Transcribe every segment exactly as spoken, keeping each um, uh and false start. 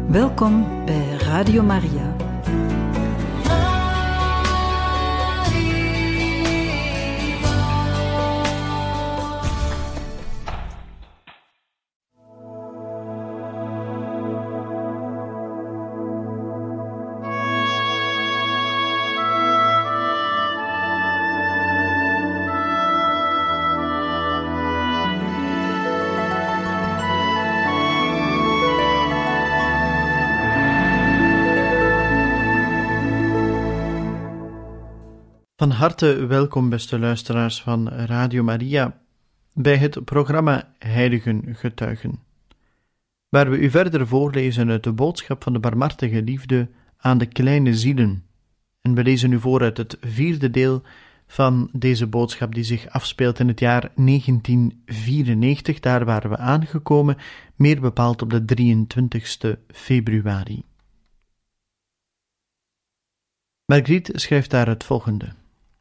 Welkom bij Radio Maria. Van harte welkom, beste luisteraars van Radio Maria, bij het programma Heiligen Getuigen, waar we u verder voorlezen uit de boodschap van de barmhartige liefde aan de kleine zielen. En we lezen u voor uit het vierde deel van deze boodschap die zich afspeelt in het jaar negentien vierennegentig, daar waren we aangekomen, meer bepaald op de drieëntwintigste februari. Margriet schrijft daar het volgende.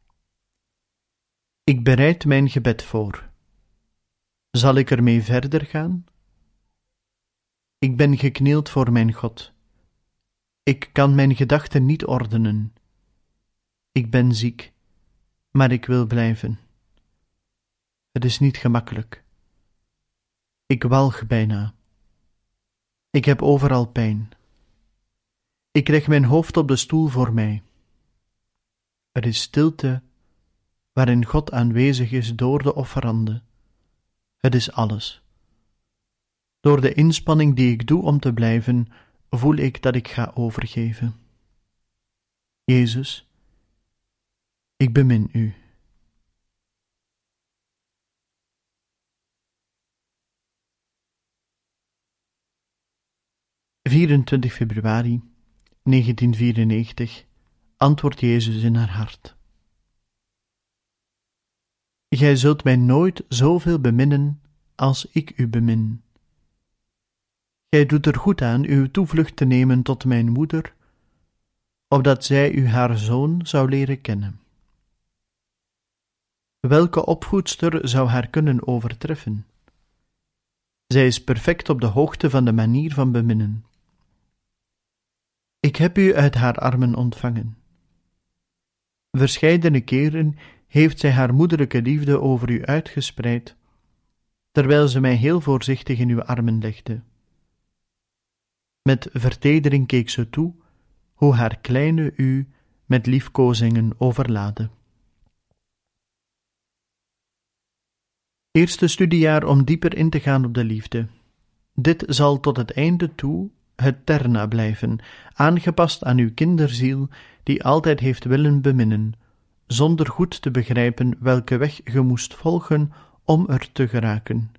Ik bereid mijn gebed voor. Zal ik ermee verder gaan? Ik ben geknield voor mijn God. Ik kan mijn gedachten niet ordenen. Ik ben ziek, maar ik wil blijven. Het is niet gemakkelijk. Ik walg bijna. Ik heb overal pijn. Ik leg mijn hoofd op de stoel voor mij. Er is stilte, waarin God aanwezig is door de offerande. Het is alles. Door de inspanning die ik doe om te blijven, voel ik dat ik ga overgeven. Jezus, ik bemin u. vierentwintig februari negentien vierennegentig antwoordt Jezus in haar hart. Gij zult mij nooit zoveel beminnen als ik u bemin. Gij doet er goed aan uw toevlucht te nemen tot mijn moeder, opdat zij u haar zoon zou leren kennen. Welke opvoedster zou haar kunnen overtreffen? Zij is perfect op de hoogte van de manier van beminnen. Ik heb u uit haar armen ontvangen. Verscheidene keren heeft zij haar moederlijke liefde over u uitgespreid, terwijl ze mij heel voorzichtig in uw armen legde. Met vertedering keek ze toe, hoe haar kleine u met liefkozingen overlaadde. Eerste studiejaar om dieper in te gaan op de liefde. Dit zal tot het einde toe het terna blijven, aangepast aan uw kinderziel, die altijd heeft willen beminnen, zonder goed te begrijpen welke weg ge moest volgen om er te geraken.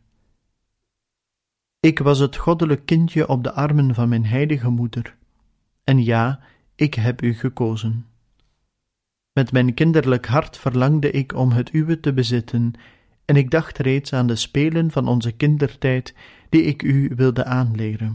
Ik was het goddelijk kindje op de armen van mijn heilige moeder, en ja, ik heb u gekozen. Met mijn kinderlijk hart verlangde ik om het uwe te bezitten, en ik dacht reeds aan de spelen van onze kindertijd, die ik u wilde aanleren.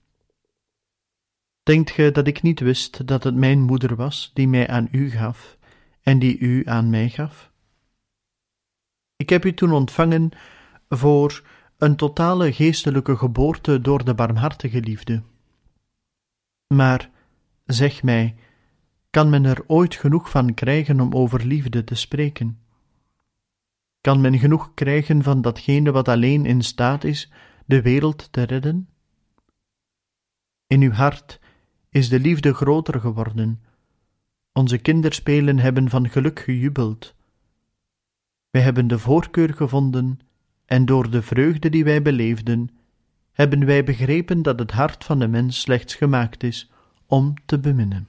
Denkt ge dat ik niet wist dat het mijn moeder was, die mij aan u gaf, en die u aan mij gaf? Ik heb u toen ontvangen voor een totale geestelijke geboorte door de barmhartige liefde. Maar, zeg mij, kan men er ooit genoeg van krijgen om over liefde te spreken? Kan men genoeg krijgen van datgene wat alleen in staat is de wereld te redden? In uw hart is de liefde groter geworden. Onze kinderspelen hebben van geluk gejubeld. Wij hebben de voorkeur gevonden, en door de vreugde die wij beleefden, hebben wij begrepen dat het hart van de mens slechts gemaakt is om te beminnen.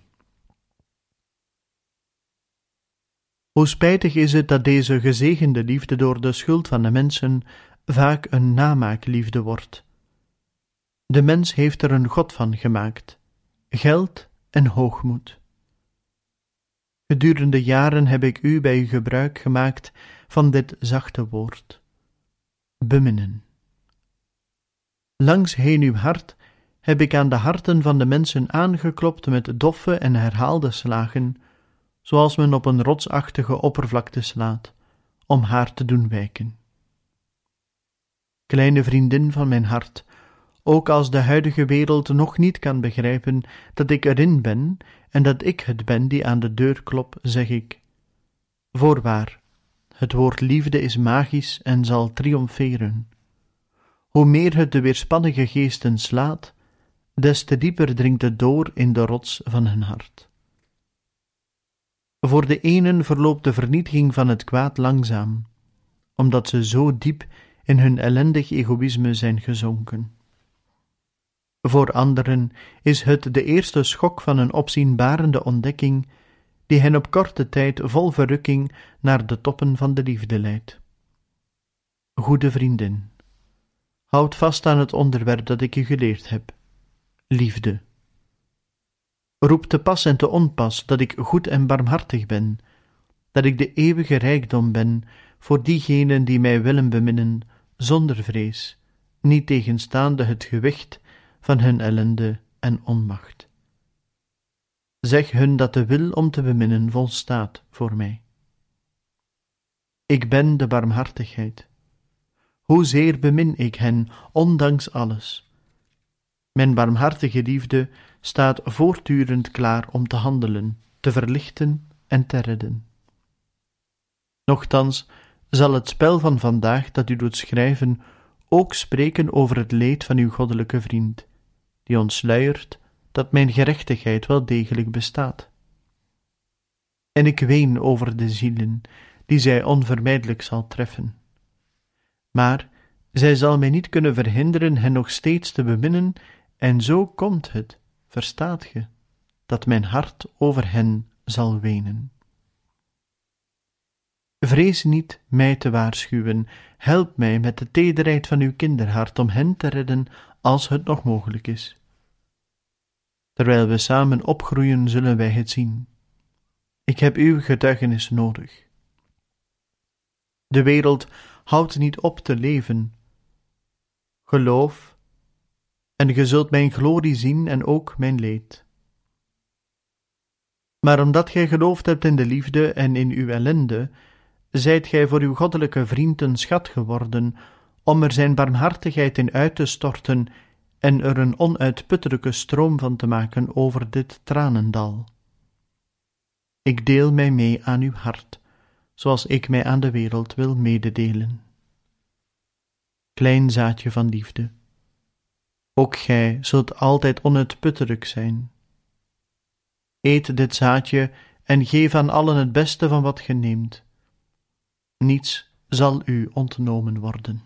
Hoe spijtig is het dat deze gezegende liefde door de schuld van de mensen vaak een namaakliefde wordt. De mens heeft er een god van gemaakt, geld en hoogmoed. Gedurende jaren heb ik u bij u gebruik gemaakt van dit zachte woord, beminnen. Langs heen uw hart heb ik aan de harten van de mensen aangeklopt met doffe en herhaalde slagen, zoals men op een rotsachtige oppervlakte slaat, om haar te doen wijken. Kleine vriendin van mijn hart, ook als de huidige wereld nog niet kan begrijpen dat ik erin ben en dat ik het ben die aan de deur klop, zeg ik: voorwaar, het woord liefde is magisch en zal triomferen. Hoe meer het de weerspannige geesten slaat, des te dieper dringt het door in de rots van hun hart. Voor de enen verloopt de vernietiging van het kwaad langzaam, omdat ze zo diep in hun ellendig egoïsme zijn gezonken. Voor anderen is het de eerste schok van een opzienbarende ontdekking die hen op korte tijd vol verrukking naar de toppen van de liefde leidt. Goede vriendin, houd vast aan het onderwerp dat ik je geleerd heb: liefde. Roep te pas en te onpas dat ik goed en barmhartig ben, dat ik de eeuwige rijkdom ben voor diegenen die mij willen beminnen, zonder vrees, niet tegenstaande het gewicht van hun ellende en onmacht. Zeg hun dat de wil om te beminnen volstaat voor mij. Ik ben de barmhartigheid. Hoezeer bemin ik hen, ondanks alles. Mijn barmhartige liefde staat voortdurend klaar om te handelen, te verlichten en te redden. Nochtans zal het spel van vandaag dat u doet schrijven ook spreken over het leed van uw goddelijke vriend, die ontsluiert dat mijn gerechtigheid wel degelijk bestaat. En ik ween over de zielen die zij onvermijdelijk zal treffen. Maar zij zal mij niet kunnen verhinderen hen nog steeds te beminnen, en zo komt het, verstaat ge, dat mijn hart over hen zal wenen. Vrees niet mij te waarschuwen, help mij met de tederheid van uw kinderhart om hen te redden als het nog mogelijk is. Terwijl we samen opgroeien, zullen wij het zien. Ik heb uw getuigenis nodig. De wereld houdt niet op te leven. Geloof, en ge zult mijn glorie zien en ook mijn leed. Maar omdat gij geloofd hebt in de liefde en in uw ellende, zijt gij voor uw goddelijke vriend een schat geworden, om er zijn barmhartigheid in uit te storten en er een onuitputtelijke stroom van te maken over dit tranendal. Ik deel mij mee aan uw hart, zoals ik mij aan de wereld wil mededelen. Klein zaadje van liefde, ook gij zult altijd onuitputtelijk zijn. Eet dit zaadje en geef aan allen het beste van wat ge neemt. Niets zal u ontnomen worden.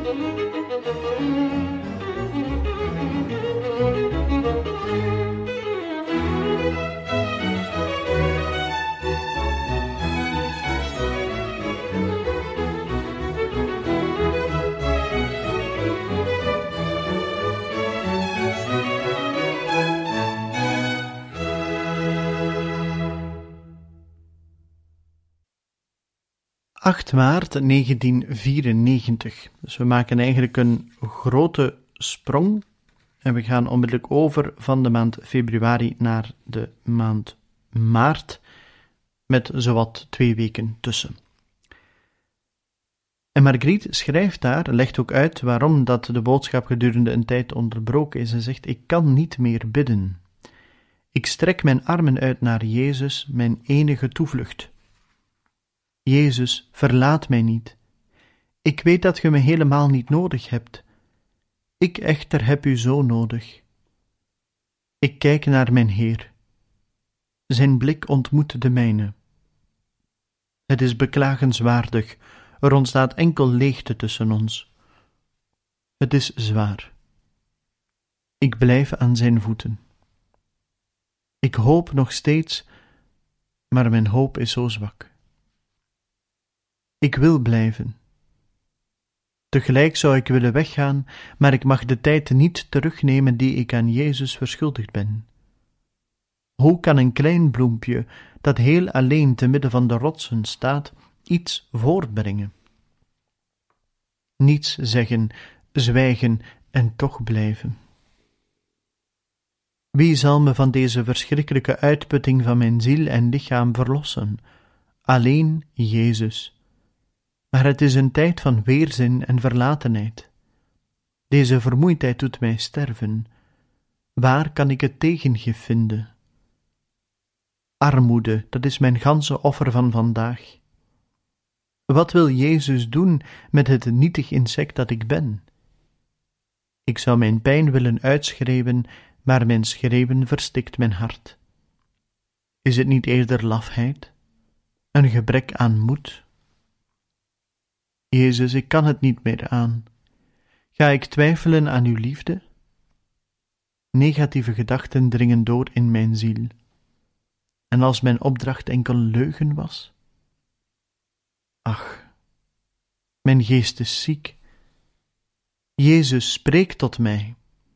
acht maart negentien vierennegentig. Dus we maken eigenlijk een grote sprong en we gaan onmiddellijk over van de maand februari naar de maand maart, met zowat twee weken tussen. En Marguerite schrijft daar, legt ook uit waarom dat de boodschap gedurende een tijd onderbroken is en zegt: ik kan niet meer bidden. Ik strek mijn armen uit naar Jezus, mijn enige toevlucht. Jezus, verlaat mij niet. Ik weet dat ge me helemaal niet nodig hebt. Ik echter heb u zo nodig. Ik kijk naar mijn Heer. Zijn blik ontmoet de mijne. Het is beklagenswaardig, er ontstaat enkel leegte tussen ons. Het is zwaar. Ik blijf aan zijn voeten. Ik hoop nog steeds, maar mijn hoop is zo zwak. Ik wil blijven. Tegelijk zou ik willen weggaan, maar ik mag de tijd niet terugnemen die ik aan Jezus verschuldigd ben. Hoe kan een klein bloempje, dat heel alleen te midden van de rotsen staat, iets voortbrengen? Niets zeggen, zwijgen en toch blijven. Wie zal me van deze verschrikkelijke uitputting van mijn ziel en lichaam verlossen? Alleen Jezus. Maar het is een tijd van weerzin en verlatenheid. Deze vermoeidheid doet mij sterven. Waar kan ik het tegengif vinden? Armoede, dat is mijn ganse offer van vandaag. Wat wil Jezus doen met het nietig insect dat ik ben? Ik zou mijn pijn willen uitschreeuwen, maar mijn schreeuwen verstikt mijn hart. Is het niet eerder lafheid? Een gebrek aan moed? Jezus, ik kan het niet meer aan. Ga ik twijfelen aan uw liefde? Negatieve gedachten dringen door in mijn ziel. En als mijn opdracht enkel leugen was? Ach, mijn geest is ziek. Jezus, spreek tot mij.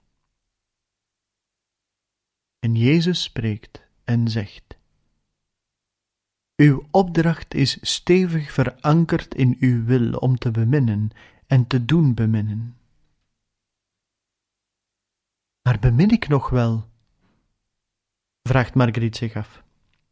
En Jezus spreekt en zegt: uw opdracht is stevig verankerd in uw wil om te beminnen en te doen beminnen. Maar bemin ik nog wel? Vraagt Marguerite zich af.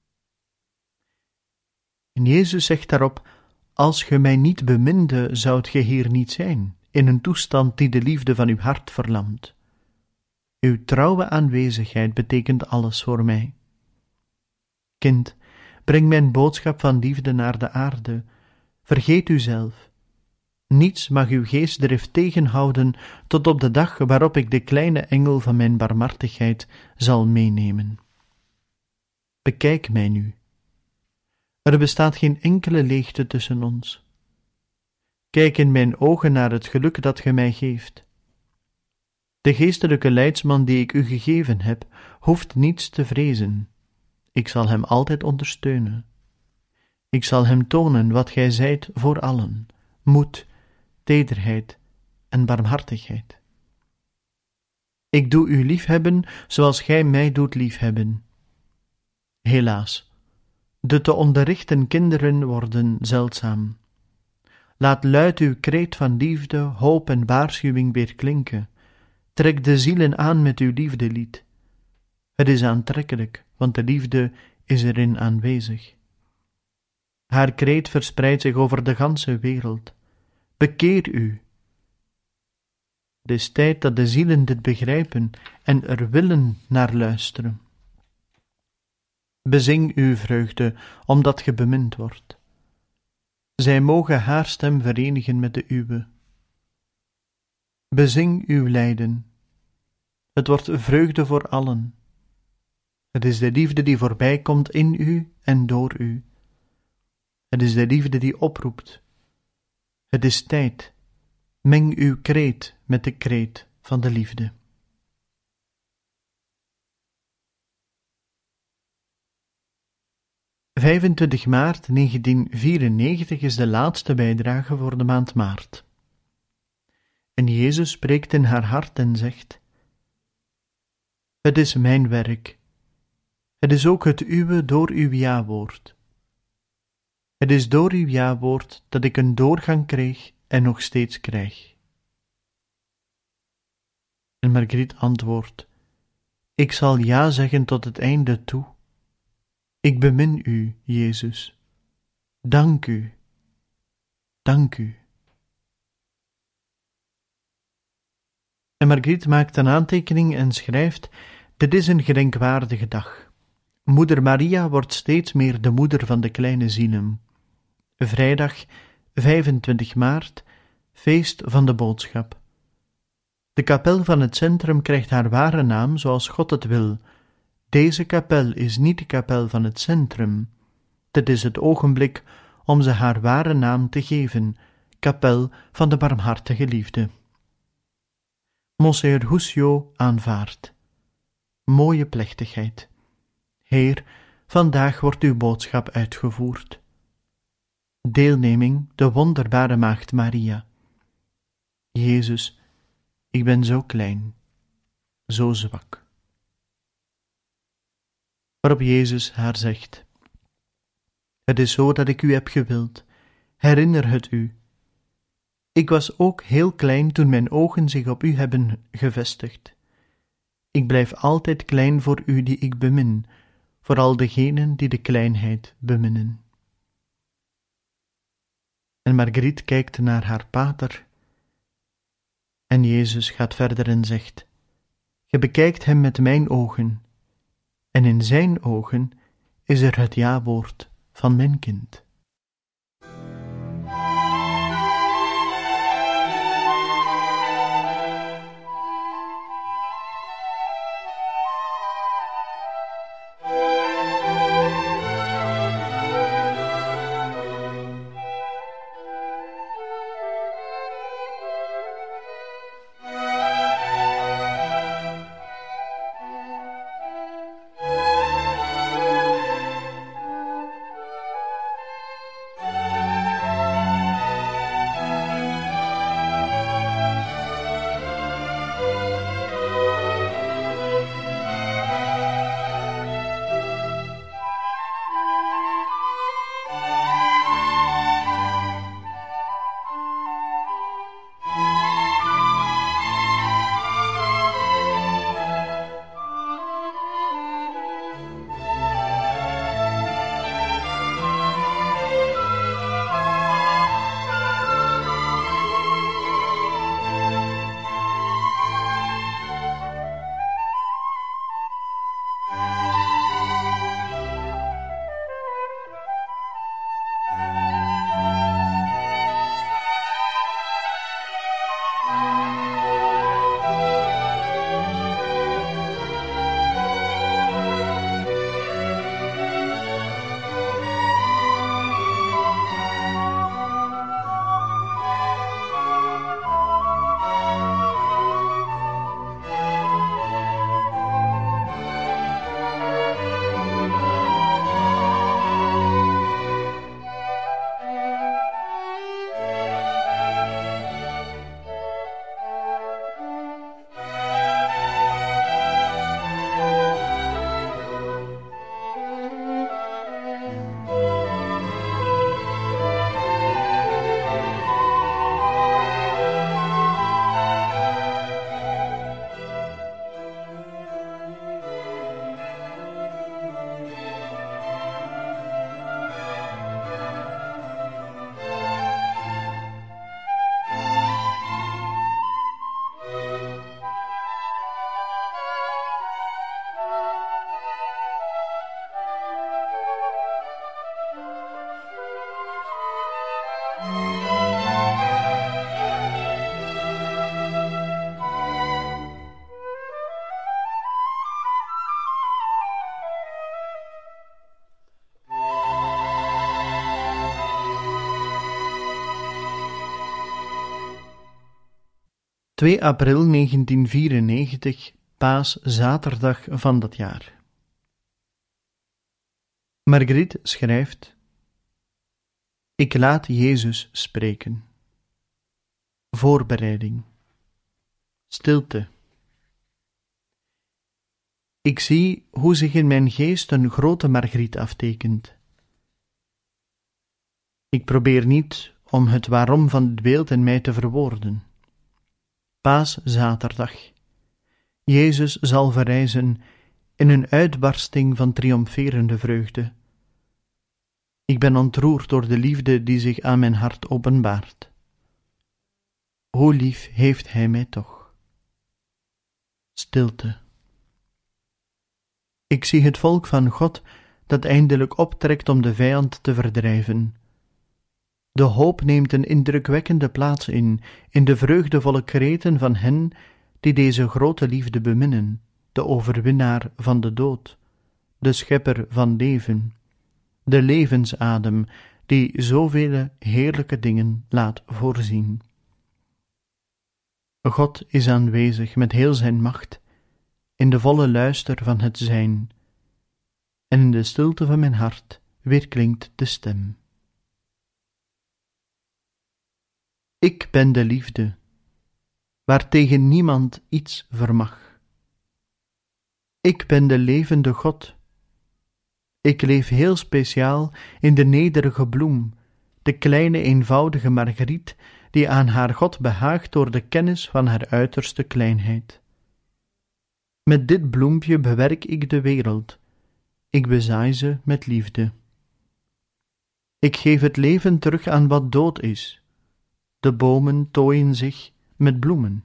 En Jezus zegt daarop: als ge mij niet beminde, zoudt ge hier niet zijn, in een toestand die de liefde van uw hart verlamt. Uw trouwe aanwezigheid betekent alles voor mij. Kind, breng mijn boodschap van liefde naar de aarde. Vergeet uzelf. Niets mag uw geestdrift tegenhouden tot op de dag waarop ik de kleine engel van mijn barmhartigheid zal meenemen. Bekijk mij nu. Er bestaat geen enkele leegte tussen ons. Kijk in mijn ogen naar het geluk dat ge mij geeft. De geestelijke leidsman die ik u gegeven heb, hoeft niets te vrezen. Ik zal hem altijd ondersteunen. Ik zal hem tonen wat gij zijt voor allen: moed, tederheid en barmhartigheid. Ik doe u liefhebben zoals gij mij doet liefhebben. Helaas, de te onderrichten kinderen worden zeldzaam. Laat luid uw kreet van liefde, hoop en waarschuwing weer klinken. Trek de zielen aan met uw liefdelied. Het is aantrekkelijk, want de liefde is erin aanwezig. Haar kreet verspreidt zich over de ganse wereld. Bekeer u. Het is tijd dat de zielen dit begrijpen en er willen naar luisteren. Bezing uw vreugde, omdat ge bemind wordt. Zij mogen haar stem verenigen met de uwe. Bezing uw lijden. Het wordt vreugde voor allen. Het is de liefde die voorbij komt in u en door u. Het is de liefde die oproept. Het is tijd. Meng uw kreet met de kreet van de liefde. vijfentwintig maart negentien vierennegentig is de laatste bijdrage voor de maand maart. En Jezus spreekt in haar hart en zegt: Het is mijn werk. Het is ook het uwe door uw ja-woord. Het is door uw ja-woord dat ik een doorgang kreeg en nog steeds krijg. En Margriet antwoordt: Ik zal ja zeggen tot het einde toe. Ik bemin u, Jezus. Dank u. Dank u. En Margriet maakt een aantekening en schrijft: Dit is een gedenkwaardige dag. Moeder Maria wordt steeds meer de moeder van de kleine zielen. Vrijdag vijfentwintig maart, feest van de boodschap. De kapel van het centrum krijgt haar ware naam zoals God het wil. Deze kapel is niet de kapel van het centrum. Dit is het ogenblik om ze haar ware naam te geven, kapel van de barmhartige liefde. Monseigneur Houssiot aanvaardt. Mooie plechtigheid. Heer, vandaag wordt uw boodschap uitgevoerd. Deelneming, de wonderbare maagd Maria. Jezus, ik ben zo klein, zo zwak. Waarop Jezus haar zegt: Het is zo dat ik u heb gewild, herinner het u. Ik was ook heel klein toen mijn ogen zich op u hebben gevestigd. Ik blijf altijd klein voor u die ik bemin, vooral degenen die de kleinheid beminnen. En Margriet kijkt naar haar pater, en Jezus gaat verder en zegt: Je bekijkt hem met mijn ogen, en in zijn ogen is er het ja-woord van mijn kind. twee april negentien vierennegentig, paaszaterdag van dat jaar. Marguerite schrijft: Ik laat Jezus spreken. Voorbereiding. Stilte. Ik zie hoe zich in mijn geest een grote Marguerite aftekent. Ik probeer niet om het waarom van het beeld in mij te verwoorden. Paaszaterdag. Jezus zal verrijzen in een uitbarsting van triomferende vreugde. Ik ben ontroerd door de liefde die zich aan mijn hart openbaart. Hoe lief heeft Hij mij toch? Stilte. Ik zie het volk van God dat eindelijk optrekt om de vijand te verdrijven. De hoop neemt een indrukwekkende plaats in, in de vreugdevolle kreten van hen die deze grote liefde beminnen, de overwinnaar van de dood, de schepper van leven, de levensadem die zoveel heerlijke dingen laat voorzien. God is aanwezig met heel zijn macht, in de volle luister van het zijn, en in de stilte van mijn hart weerklinkt de stem. Ik ben de liefde, waartegen niemand iets vermag. Ik ben de levende God. Ik leef heel speciaal in de nederige bloem, de kleine eenvoudige Marguerite, die aan haar God behaagt door de kennis van haar uiterste kleinheid. Met dit bloempje bewerk ik de wereld, ik bezaai ze met liefde. Ik geef het leven terug aan wat dood is. De bomen tooien zich met bloemen.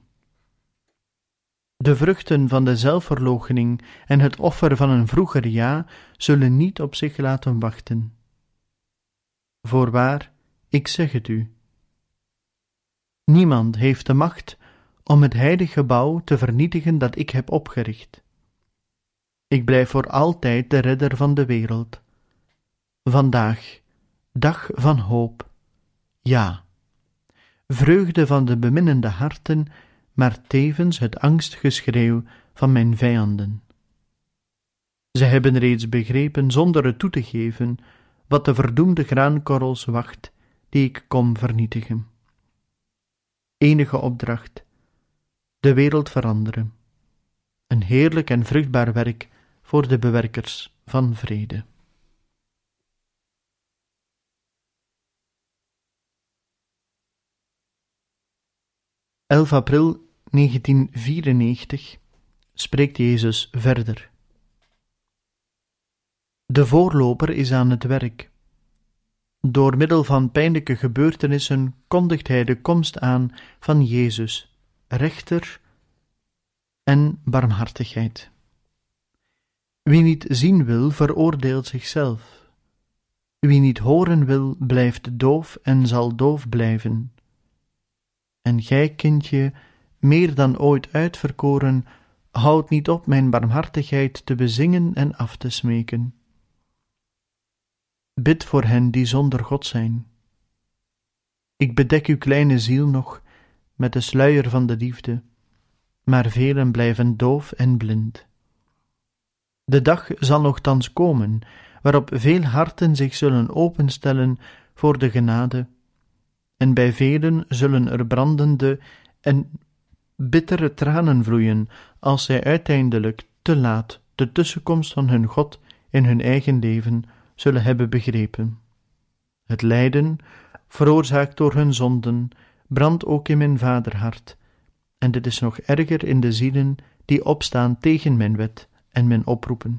De vruchten van de zelfverloochening en het offer van een vroeger ja zullen niet op zich laten wachten. Voorwaar, ik zeg het u. Niemand heeft de macht om het heilig gebouw te vernietigen dat ik heb opgericht. Ik blijf voor altijd de redder van de wereld. Vandaag, dag van hoop, ja. Vreugde van de beminnende harten, maar tevens het angstgeschreeuw van mijn vijanden. Ze hebben reeds begrepen, zonder het toe te geven, wat de verdoemde graankorrels wacht, die ik kom vernietigen. Enige opdracht: de wereld veranderen. Een heerlijk en vruchtbaar werk voor de bewerkers van vrede. elf april negentien vierennegentig spreekt Jezus verder. De voorloper is aan het werk. Door middel van pijnlijke gebeurtenissen kondigt hij de komst aan van Jezus, rechter en barmhartigheid. Wie niet zien wil, veroordeelt zichzelf. Wie niet horen wil, blijft doof en zal doof blijven. En gij, kindje, meer dan ooit uitverkoren, houd niet op mijn barmhartigheid te bezingen en af te smeken. Bid voor hen die zonder God zijn. Ik bedek uw kleine ziel nog met de sluier van de liefde, maar velen blijven doof en blind. De dag zal nogthans komen, waarop veel harten zich zullen openstellen voor de genade, en bij velen zullen er brandende en bittere tranen vloeien, als zij uiteindelijk te laat de tussenkomst van hun God in hun eigen leven zullen hebben begrepen. Het lijden, veroorzaakt door hun zonden, brandt ook in mijn vaderhart, en dit is nog erger in de zielen die opstaan tegen mijn wet en mijn oproepen.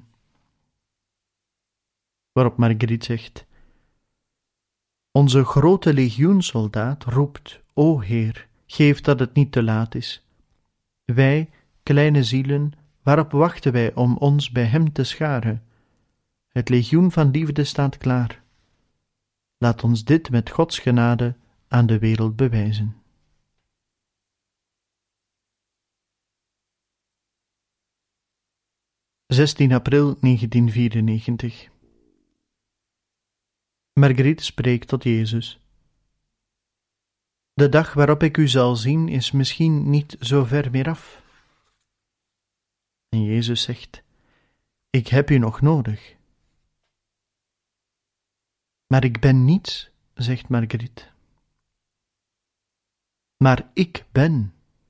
Waarop Marguerite zegt: Onze grote legioensoldaat roept: O Heer, geef dat het niet te laat is. Wij, kleine zielen, waarop wachten wij om ons bij hem te scharen? Het legioen van liefde staat klaar. Laat ons dit met Gods genade aan de wereld bewijzen. zestien april negentien vierennegentig. Marguerite spreekt tot Jezus. De dag waarop ik u zal zien is misschien niet zo ver meer af. En Jezus zegt, ik heb u nog nodig. Maar ik ben niets, zegt Marguerite. Maar ik ben.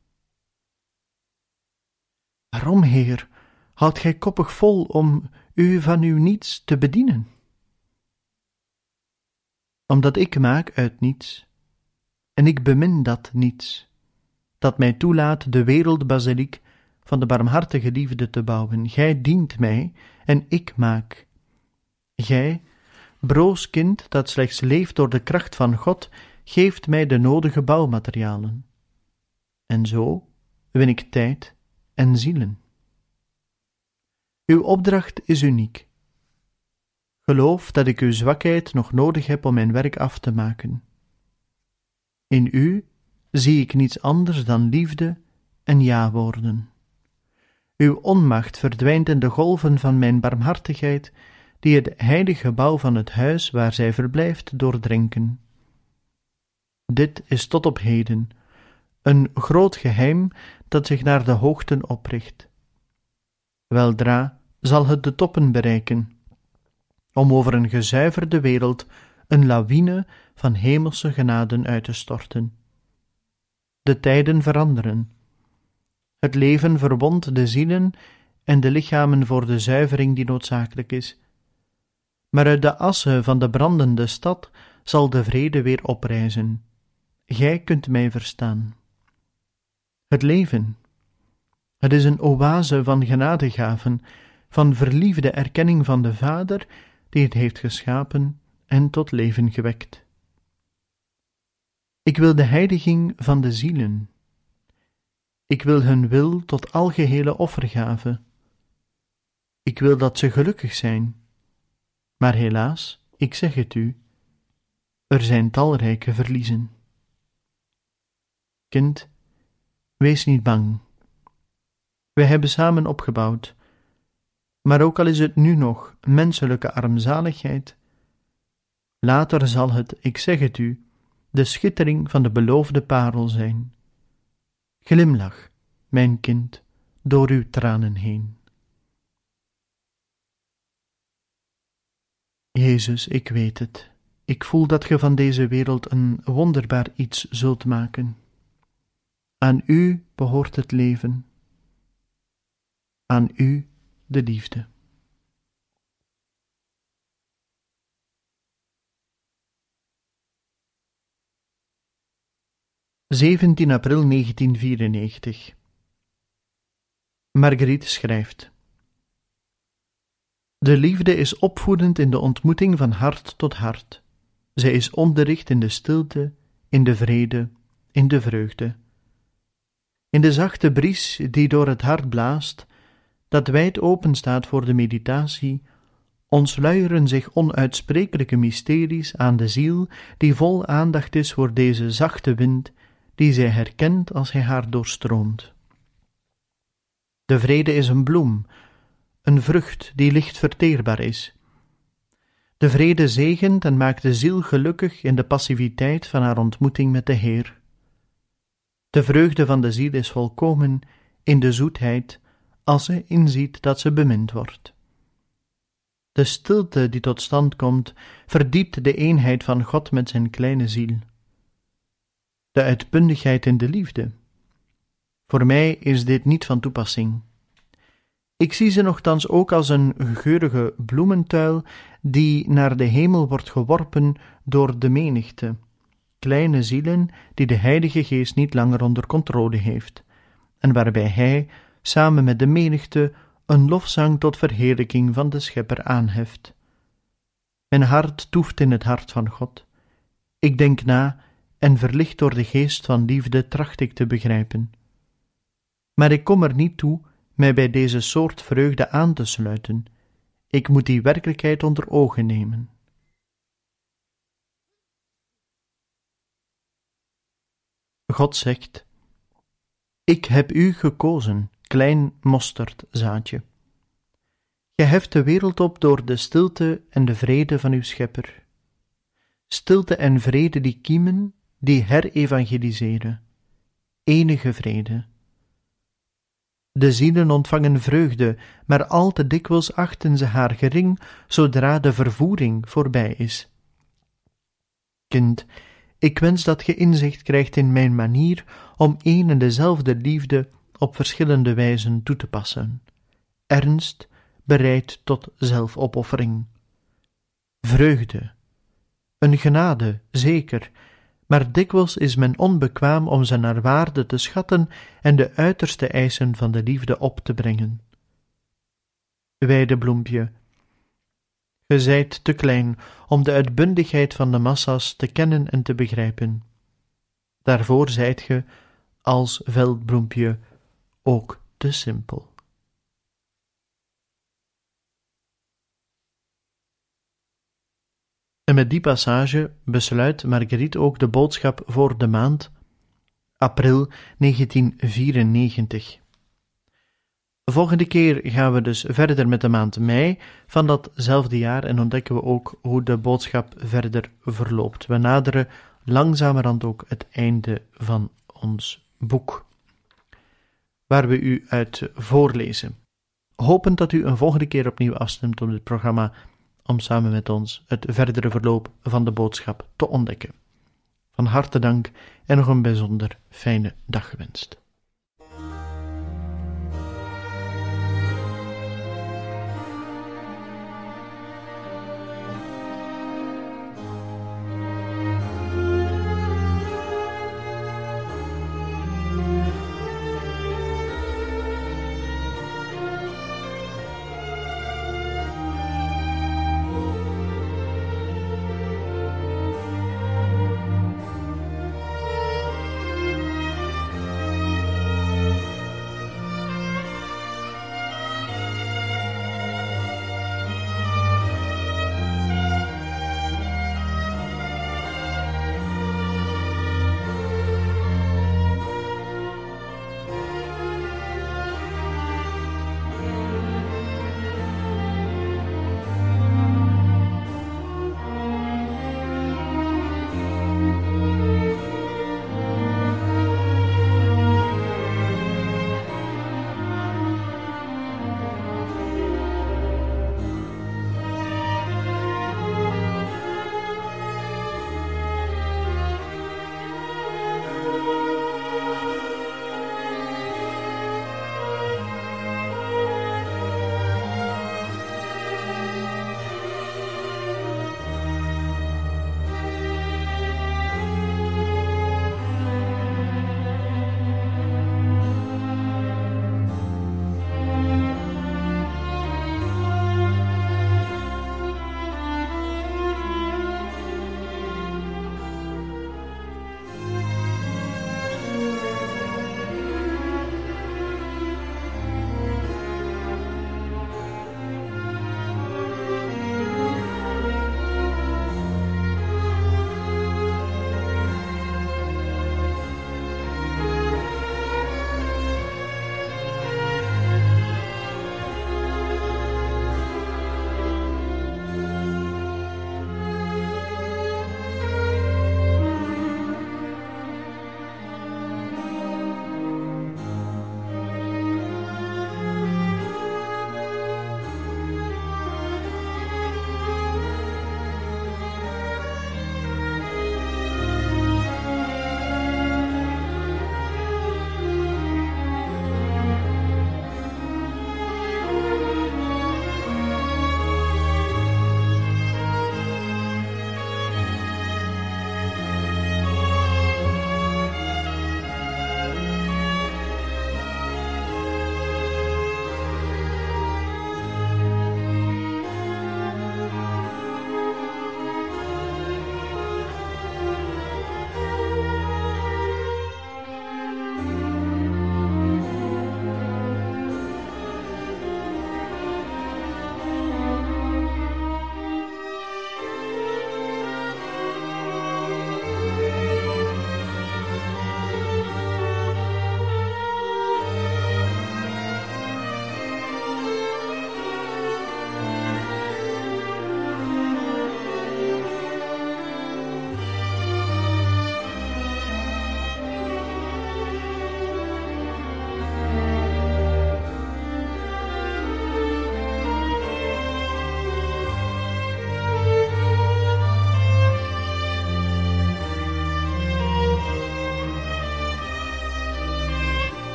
Waarom, Heer, houdt gij koppig vol om u van uw niets te bedienen? Omdat ik maak uit niets, en ik bemin dat niets, dat mij toelaat de wereldbasiliek van de barmhartige liefde te bouwen. Gij dient mij, en ik maak. Gij, broos kind dat slechts leeft door de kracht van God, geeft mij de nodige bouwmaterialen. En zo win ik tijd en zielen. Uw opdracht is uniek. Geloof dat ik uw zwakheid nog nodig heb om mijn werk af te maken. In u zie ik niets anders dan liefde en ja-woorden. Uw onmacht verdwijnt in de golven van mijn barmhartigheid, die het heilige gebouw van het huis waar zij verblijft doordrenken. Dit is tot op heden een groot geheim dat zich naar de hoogten opricht. Weldra zal het de toppen bereiken, om over een gezuiverde wereld een lawine van hemelse genaden uit te storten. De tijden veranderen. Het leven verwondt de zielen en de lichamen voor de zuivering die noodzakelijk is. Maar uit de assen van de brandende stad zal de vrede weer oprijzen. Gij kunt mij verstaan. Het leven, het is een oase van genadegaven, van verliefde erkenning van de Vader die het heeft geschapen en tot leven gewekt. Ik wil de heiliging van de zielen. Ik wil hun wil tot algehele offergave. Ik wil dat ze gelukkig zijn. Maar helaas, ik zeg het u, er zijn talrijke verliezen. Kind, wees niet bang. Wij hebben samen opgebouwd, maar ook al is het nu nog menselijke armzaligheid, later zal het, ik zeg het u, de schittering van de beloofde parel zijn. Glimlach, mijn kind, door uw tranen heen. Jezus, ik weet het. Ik voel dat ge van deze wereld een wonderbaar iets zult maken. Aan u behoort het leven. Aan u de liefde. zeventien april negentien vierennegentig. Marguerite schrijft: de liefde is opvoedend in de ontmoeting van hart tot hart. Zij is onderricht in de stilte, in de vrede, in de vreugde. In de zachte bries die door het hart blaast, dat wijd open staat voor de meditatie, ontsluieren zich onuitsprekelijke mysteries aan de ziel die vol aandacht is voor deze zachte wind die zij herkent als hij haar doorstroomt. De vrede is een bloem, een vrucht die licht verteerbaar is. De vrede zegent en maakt de ziel gelukkig in de passiviteit van haar ontmoeting met de Heer. De vreugde van de ziel is volkomen in de zoetheid als ze inziet dat ze bemind wordt. De stilte die tot stand komt, verdiept de eenheid van God met zijn kleine ziel. De uitbundigheid in de liefde. Voor mij is dit niet van toepassing. Ik zie ze nochtans ook als een geurige bloementuil die naar de hemel wordt geworpen door de menigte, kleine zielen die de Heilige Geest niet langer onder controle heeft, en waarbij Hij, samen met de menigte, een lofzang tot verheerlijking van de Schepper aanheft. Mijn hart toeft in het hart van God. Ik denk na en verlicht door de geest van liefde tracht ik te begrijpen. Maar ik kom er niet toe mij bij deze soort vreugde aan te sluiten. Ik moet die werkelijkheid onder ogen nemen. God zegt: ik heb u gekozen, klein mosterdzaadje. Gij heft de wereld op door de stilte en de vrede van uw Schepper. Stilte en vrede die kiemen die herevangeliseren. Enige vrede. De zielen ontvangen vreugde, maar al te dikwijls achten ze haar gering zodra de vervoering voorbij is. Kind, ik wens dat je inzicht krijgt in mijn manier om een en dezelfde liefde op verschillende wijzen toe te passen. Ernst, bereid tot zelfopoffering. Vreugde. Een genade, zeker, maar dikwijls is men onbekwaam om ze naar waarde te schatten en de uiterste eisen van de liefde op te brengen. Weidebloempje, ge zijt te klein om de uitbundigheid van de massa's te kennen en te begrijpen. Daarvoor zijt ge, als veldbloempje, ook te simpel. En met die passage besluit Marguerite ook de boodschap voor de maand april negentien vierennegentig. Volgende keer gaan we dus verder met de maand mei van datzelfde jaar en ontdekken we ook hoe de boodschap verder verloopt. We naderen langzamerhand ook het einde van ons boek, waar we u uit voorlezen. Hopend dat u een volgende keer opnieuw afstemt op dit programma om samen met ons het verdere verloop van de boodschap te ontdekken. Van harte dank en nog een bijzonder fijne dag gewenst.